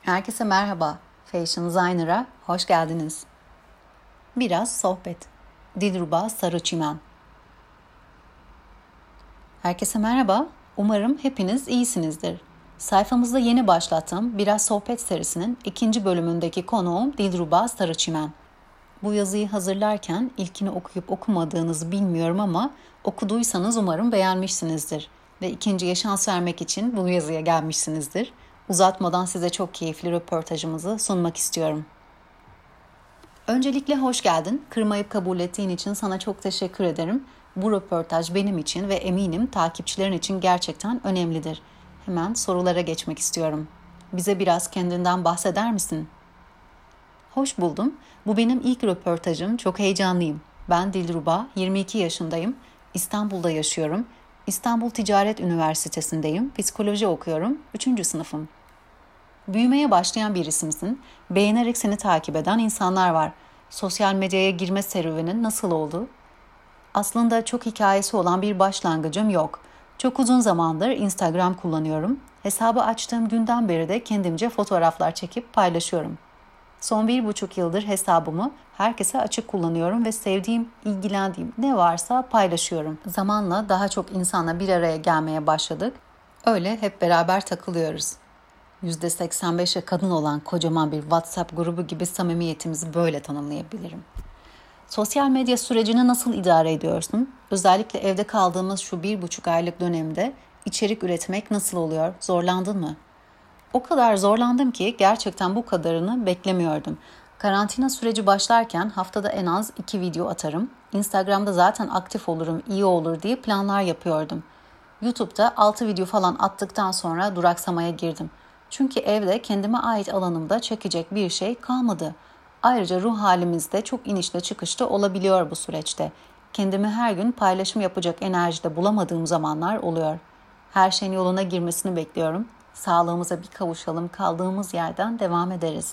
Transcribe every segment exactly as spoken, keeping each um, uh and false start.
Herkese merhaba. Fashion Designer'a hoş geldiniz. Biraz sohbet. Dilruba Sarıçımen. Herkese merhaba. Umarım hepiniz iyisinizdir. Sayfamızda yeni başlattığım Biraz Sohbet serisinin ikinci bölümündeki konuğum Dilruba Sarıçımen. Bu yazıyı hazırlarken ilkini okuyup okumadığınızı bilmiyorum ama okuduysanız umarım beğenmişsinizdir. Ve ikinciye şans vermek için bu yazıya gelmişsinizdir. Uzatmadan size çok keyifli röportajımızı sunmak istiyorum. Öncelikle hoş geldin. Kırmayıp kabul ettiğin için sana çok teşekkür ederim. Bu röportaj benim için ve eminim takipçilerin için gerçekten önemlidir. Hemen sorulara geçmek istiyorum. Bize biraz kendinden bahseder misin? Hoş buldum. Bu benim ilk röportajım. Çok heyecanlıyım. Ben Dilruba, yirmi iki yaşındayım. İstanbul'da yaşıyorum. İstanbul Ticaret Üniversitesi'ndeyim. Psikoloji okuyorum. üçüncü sınıfım. Büyümeye başlayan bir isimsin. Beğenerek seni takip eden insanlar var. Sosyal medyaya girme serüvenin nasıl oldu? Aslında çok hikayesi olan bir başlangıcım yok. Çok uzun zamandır Instagram kullanıyorum. Hesabı açtığım günden beri de kendimce fotoğraflar çekip paylaşıyorum. Son bir buçuk yıldır hesabımı herkese açık kullanıyorum ve sevdiğim, ilgilendiğim ne varsa paylaşıyorum. Zamanla daha çok insanla bir araya gelmeye başladık. Öyle hep beraber takılıyoruz. yüzde seksen beşe kadın olan kocaman bir WhatsApp grubu gibi samimiyetimizi böyle tanımlayabilirim. Sosyal medya sürecini nasıl idare ediyorsun? Özellikle evde kaldığımız şu bir buçuk aylık dönemde içerik üretmek nasıl oluyor? Zorlandın mı? O kadar zorlandım ki gerçekten bu kadarını beklemiyordum. Karantina süreci başlarken haftada en az iki video atarım. Instagram'da zaten aktif olurum, iyi olur diye planlar yapıyordum. YouTube'da altı video falan attıktan sonra duraksamaya girdim. Çünkü evde kendime ait alanımda çekecek bir şey kalmadı. Ayrıca ruh halimiz de çok inişli çıkışlı olabiliyor bu süreçte. Kendimi her gün paylaşım yapacak enerjide bulamadığım zamanlar oluyor. Her şeyin yoluna girmesini bekliyorum. Sağlığımıza bir kavuşalım, kaldığımız yerden devam ederiz.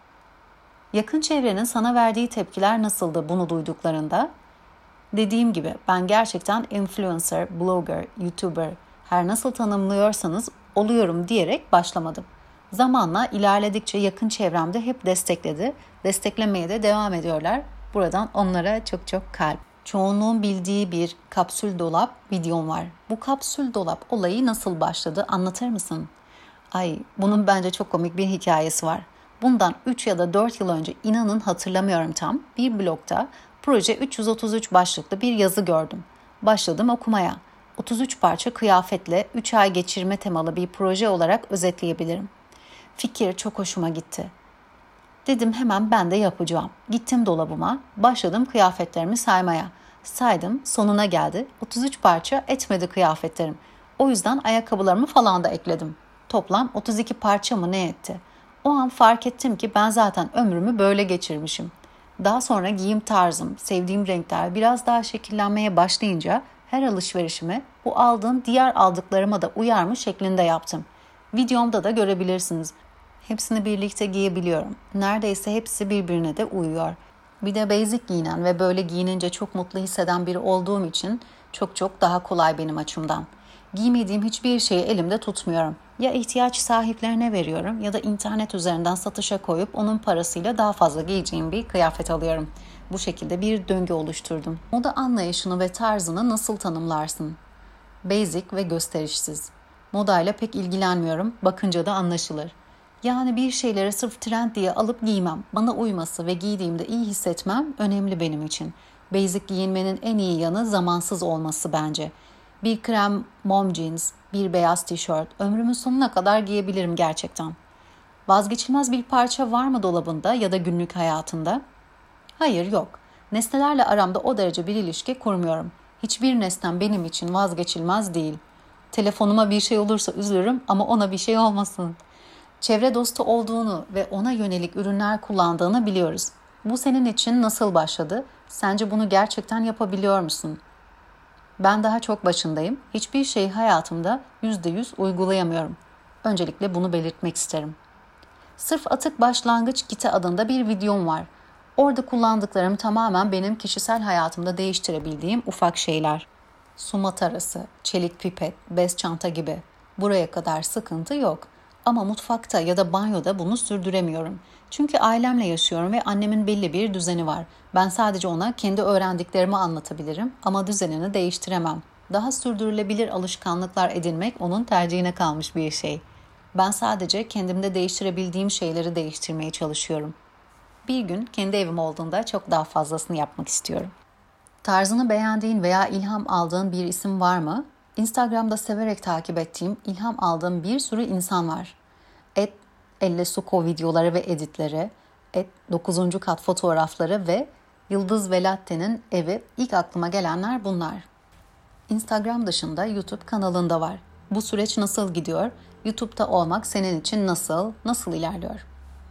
Yakın çevrenin sana verdiği tepkiler nasıldı bunu duyduklarında? Dediğim gibi ben gerçekten influencer, blogger, youtuber, her nasıl tanımlıyorsanız oluyorum diyerek başlamadım. Zamanla ilerledikçe yakın çevremde hep destekledi, desteklemeye de devam ediyorlar. Buradan onlara çok çok kalp. Çoğunluğun bildiği bir kapsül dolap videom var. Bu kapsül dolap olayı nasıl başladı anlatır mısın? Ay, bunun bence çok komik bir hikayesi var. Bundan üç ya da dört yıl önce inanın hatırlamıyorum tam bir blogda Proje üç yüz otuz üç başlıklı bir yazı gördüm. Başladım okumaya. otuz üç parça kıyafetle üç ay geçirme temalı bir proje olarak özetleyebilirim. Fikir çok hoşuma gitti. Dedim hemen ben de yapacağım. Gittim dolabıma, başladım kıyafetlerimi saymaya. Saydım, sonuna geldi. otuz üç parça etmedi kıyafetlerim. O yüzden ayakkabılarımı falan da ekledim. Toplam otuz iki parça mı ne etti? O an fark ettim ki ben zaten ömrümü böyle geçirmişim. Daha sonra giyim tarzım, sevdiğim renkler biraz daha şekillenmeye başlayınca her alışverişimi bu aldığım diğer aldıklarıma da uyar mı şeklinde yaptım. Videomda da görebilirsiniz. Hepsini birlikte giyebiliyorum. Neredeyse hepsi birbirine de uyuyor. Bir de basic giyinen ve böyle giyinince çok mutlu hisseden biri olduğum için çok çok daha kolay benim açımdan. Giymediğim hiçbir şeyi elimde tutmuyorum. Ya ihtiyaç sahiplerine veriyorum ya da internet üzerinden satışa koyup onun parasıyla daha fazla giyeceğim bir kıyafet alıyorum. Bu şekilde bir döngü oluşturdum. Moda anlayışını ve tarzını nasıl tanımlarsın? Basic ve gösterişsiz. Modayla pek ilgilenmiyorum, bakınca da anlaşılır. Yani bir şeyleri sırf trend diye alıp giymem. Bana uyması ve giydiğimde iyi hissetmem önemli benim için. Basic giyinmenin en iyi yanı zamansız olması bence. Bir krem mom jeans, bir beyaz tişört ömrümün sonuna kadar giyebilirim gerçekten. Vazgeçilmez bir parça var mı dolabında ya da günlük hayatında? Hayır, yok. Nesnelerle aramda o derece bir ilişki kurmuyorum. Hiçbir nesnem benim için vazgeçilmez değil. Telefonuma bir şey olursa üzülürüm ama ona bir şey olmasın. Çevre dostu olduğunu ve ona yönelik ürünler kullandığını biliyoruz. Bu senin için nasıl başladı? Sence bunu gerçekten yapabiliyor musun? Ben daha çok başındayım. Hiçbir şeyi hayatımda yüzde yüz uygulayamıyorum. Öncelikle bunu belirtmek isterim. Sırf Atık Başlangıç Kiti adında bir videom var. Orada kullandıklarım tamamen benim kişisel hayatımda değiştirebildiğim ufak şeyler. Su matarası, çelik pipet, bez çanta gibi. Buraya kadar sıkıntı yok. Ama mutfakta ya da banyoda bunu sürdüremiyorum. Çünkü ailemle yaşıyorum ve annemin belli bir düzeni var. Ben sadece ona kendi öğrendiklerimi anlatabilirim ama düzenini değiştiremem. Daha sürdürülebilir alışkanlıklar edinmek onun tercihine kalmış bir şey. Ben sadece kendimde değiştirebildiğim şeyleri değiştirmeye çalışıyorum. Bir gün kendi evim olduğunda çok daha fazlasını yapmak istiyorum. Tarzını beğendiğin veya ilham aldığın bir isim var mı? Instagram'da severek takip ettiğim, ilham aldığım bir sürü insan var. Et Elle Suko videoları ve editleri, et dokuzuncu kat fotoğrafları ve Yıldız ve Latte'nin evi, ilk aklıma gelenler bunlar. Instagram dışında YouTube kanalında var. Bu süreç nasıl gidiyor? YouTube'da olmak senin için nasıl, nasıl ilerliyor?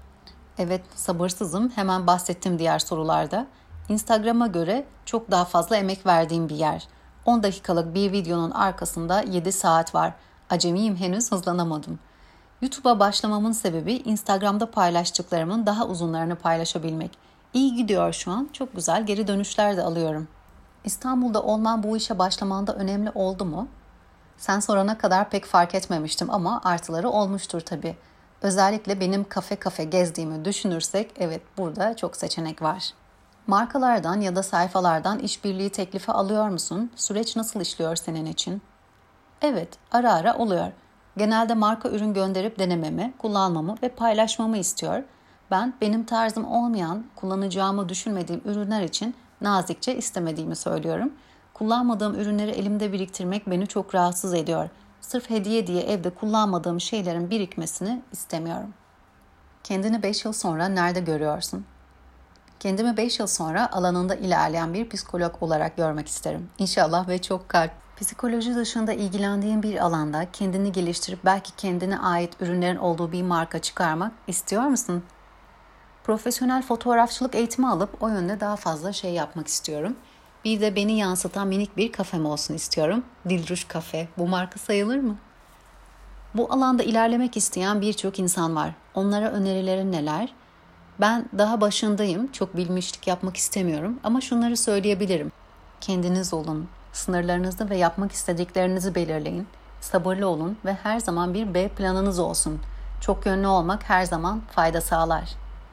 Evet, sabırsızım. Hemen bahsettim diğer sorularda. Instagram'a göre çok daha fazla emek verdiğim bir yer. on dakikalık bir videonun arkasında yedi saat var. Acemiyim, henüz hızlanamadım. YouTube'a başlamamın sebebi Instagram'da paylaştıklarımın daha uzunlarını paylaşabilmek. İyi gidiyor şu an. Çok güzel geri dönüşler de alıyorum. İstanbul'da olman bu işe başlamanda önemli oldu mu? Sen sorana kadar pek fark etmemiştim ama artıları olmuştur tabii. Özellikle benim kafe kafe gezdiğimi düşünürsek evet, burada çok seçenek var. Markalardan ya da sayfalardan işbirliği teklifi alıyor musun? Süreç nasıl işliyor senin için? Evet, ara ara oluyor. Genelde marka ürün gönderip denememi, kullanmamı ve paylaşmamı istiyor. Ben benim tarzım olmayan, kullanacağımı düşünmediğim ürünler için nazikçe istemediğimi söylüyorum. Kullanmadığım ürünleri elimde biriktirmek beni çok rahatsız ediyor. Sırf hediye diye evde kullanmadığım şeylerin birikmesini istemiyorum. Kendini beş yıl sonra nerede görüyorsun? Kendimi beş yıl sonra alanında ilerleyen bir psikolog olarak görmek isterim. İnşallah ve çok kalp. Psikoloji dışında ilgilendiğin bir alanda kendini geliştirip belki kendine ait ürünlerin olduğu bir marka çıkarmak istiyor musun? Profesyonel fotoğrafçılık eğitimi alıp o yönde daha fazla şey yapmak istiyorum. Bir de beni yansıtan minik bir kafem olsun istiyorum. Dilruş Kafe. Bu marka sayılır mı? Bu alanda ilerlemek isteyen birçok insan var. Onlara önerilerin neler? Ben daha başındayım. Çok bilmişlik yapmak istemiyorum ama şunları söyleyebilirim. Kendiniz olun. Sınırlarınızı ve yapmak istediklerinizi belirleyin. Sabırlı olun ve her zaman bir B planınız olsun. Çok yönlü olmak her zaman fayda sağlar.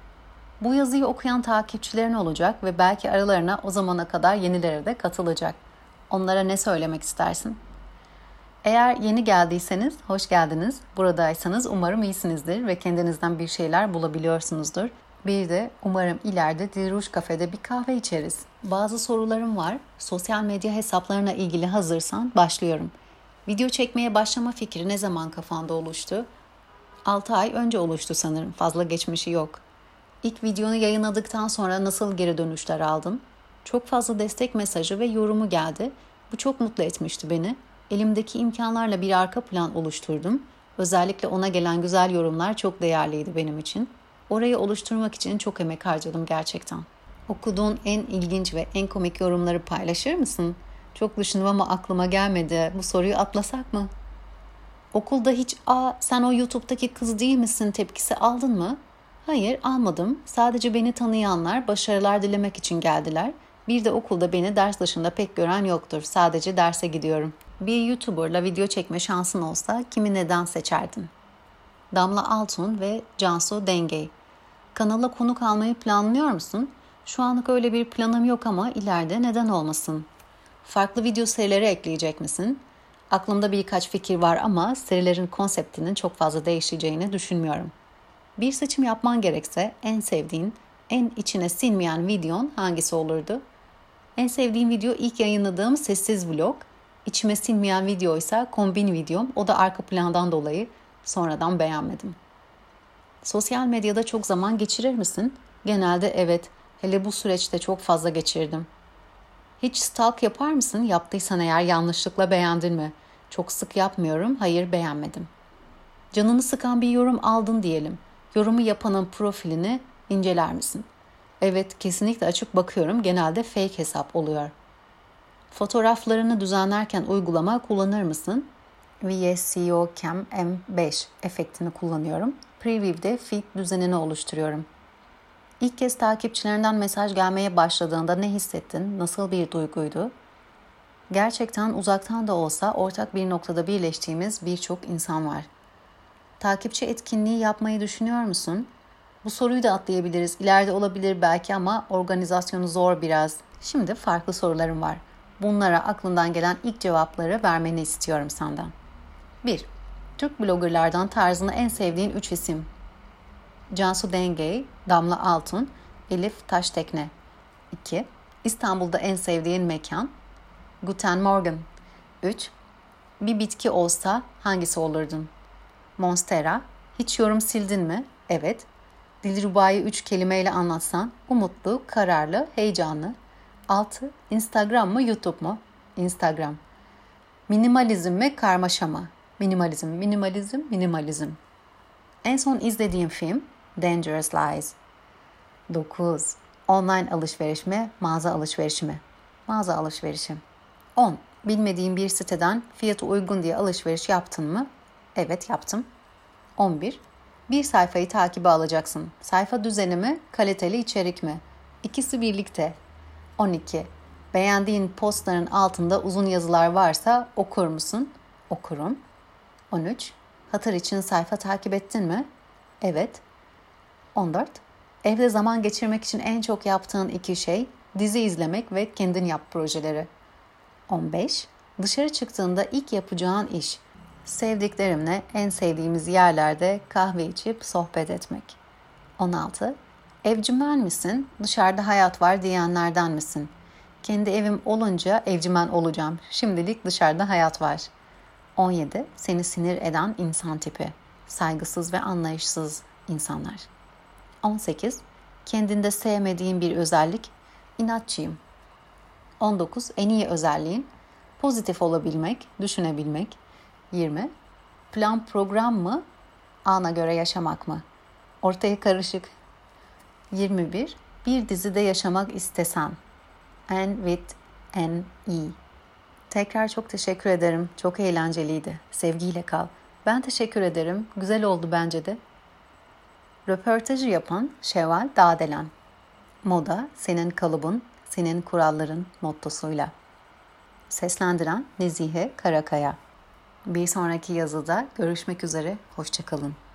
Bu yazıyı okuyan takipçilerin olacak ve belki aralarına o zamana kadar yenileri de katılacak. Onlara ne söylemek istersin? Eğer yeni geldiyseniz hoş geldiniz. Buradaysanız umarım iyisinizdir ve kendinizden bir şeyler bulabiliyorsunuzdur. Bir de umarım ileride Dilruş Kafe'de bir kahve içeriz. Bazı sorularım var. Sosyal medya hesaplarına ilgili hazırsan başlıyorum. Video çekmeye başlama fikri ne zaman kafanda oluştu? altı ay önce oluştu sanırım. Fazla geçmişi yok. İlk videonu yayınladıktan sonra nasıl geri dönüşler aldın? Çok fazla destek mesajı ve yorumu geldi. Bu çok mutlu etmişti beni. Elimdeki imkanlarla bir arka plan oluşturdum. Özellikle ona gelen güzel yorumlar çok değerliydi benim için. Orayı oluşturmak için çok emek harcadım gerçekten. Okuduğun en ilginç ve en komik yorumları paylaşır mısın? Çok düşündüm ama aklıma gelmedi. Bu soruyu atlasak mı? Okulda hiç "Aa, sen o YouTube'daki kız değil misin?" tepkisi aldın mı? Hayır, almadım. Sadece beni tanıyanlar başarılar dilemek için geldiler. Bir de okulda beni ders dışında pek gören yoktur. Sadece derse gidiyorum. Bir YouTuber'la video çekme şansın olsa kimi neden seçerdin? Damla Altun ve Cansu Dengey. Kanala konuk almayı planlıyor musun? Şu anlık öyle bir planım yok ama ileride neden olmasın? Farklı video serileri ekleyecek misin? Aklımda birkaç fikir var ama serilerin konseptinin çok fazla değişeceğini düşünmüyorum. Bir seçim yapman gerekse en sevdiğin, en içine sinmeyen videon hangisi olurdu? En sevdiğim video ilk yayınladığım sessiz vlog. İçime sinmeyen video ise kombin videom. O da arka plandan dolayı sonradan beğenmedim. Sosyal medyada çok zaman geçirir misin? Genelde evet. Hele bu süreçte çok fazla geçirdim. Hiç stalk yapar mısın? Yaptıysan eğer yanlışlıkla beğendin mi? Çok sık yapmıyorum. Hayır, beğenmedim. Canını sıkan bir yorum aldın diyelim. Yorumu yapanın profilini inceler misin? Evet, kesinlikle açıp bakıyorum. Genelde fake hesap oluyor. Fotoğraflarını düzenlerken uygulama kullanır mısın? V S C O Cam M beş efektini kullanıyorum. Preview'de feed düzenini oluşturuyorum. İlk kez takipçilerinden mesaj gelmeye başladığında ne hissettin? Nasıl bir duyguydu? Gerçekten uzaktan da olsa ortak bir noktada birleştiğimiz birçok insan var. Takipçi etkinliği yapmayı düşünüyor musun? Bu soruyu da atlayabiliriz. İleride olabilir belki ama organizasyonu zor biraz. Şimdi farklı sorularım var. Bunlara aklından gelen ilk cevapları vermeni istiyorum senden. bir. Türk bloggerlardan tarzını en sevdiğin üç isim. Cansu Dengey, Damla Altun, Elif Taştekne. iki. İstanbul'da en sevdiğin mekan. Guten Morgen. üç. Bir bitki olsa hangisi olurdun? Monstera. Hiç yorum sildin mi? Evet. Dilruba'yı üç kelimeyle anlatsan. Umutlu, kararlı, heyecanlı. altı. Instagram mı, YouTube mu? Instagram. Minimalizm mi, karmaşa mı? Minimalizm, minimalizm, minimalizm. En son izlediğim film Dangerous Lies. dokuz. Online alışveriş mi, mağaza alışverişi mi? Mağaza alışverişi. on. Bilmediğin bir siteden fiyatı uygun diye alışveriş yaptın mı? Evet, yaptım. on bir. Bir sayfayı takibe alacaksın. Sayfa düzeni mi, kaliteli içerik mi? İkisi birlikte. on iki. Beğendiğin postların altında uzun yazılar varsa okur musun? Okurum. on üç. Hatır için sayfa takip ettin mi? Evet. on dört. Evde zaman geçirmek için en çok yaptığın iki şey dizi izlemek ve kendin yap projeleri. on beş. Dışarı çıktığında ilk yapacağın iş. Sevdiklerimle en sevdiğimiz yerlerde kahve içip sohbet etmek. on altı. Evcimen misin? Dışarıda hayat var diyenlerden misin? Kendi evim olunca evcimen olacağım. Şimdilik dışarıda hayat var. on yedi. Seni sinir eden insan tipi. Saygısız ve anlayışsız insanlar. on sekiz. Kendinde sevmediğin bir özellik. İnatçıyım. on dokuz. En iyi özelliğin. Pozitif olabilmek, düşünebilmek. yirmi. Plan program mı? Ana göre yaşamak mı? Ortaya karışık. yirmi bir. Bir dizide yaşamak istesen. Anne with an E. Tekrar çok teşekkür ederim. Çok eğlenceliydi. Sevgiyle kal. Ben teşekkür ederim. Güzel oldu bence de. Röportajı yapan Şevval Dağdelen. Moda senin kalıbın, senin kuralların mottosuyla. Seslendiren Nezihe Karakaya. Bir sonraki yazıda görüşmek üzere. Hoşça kalın.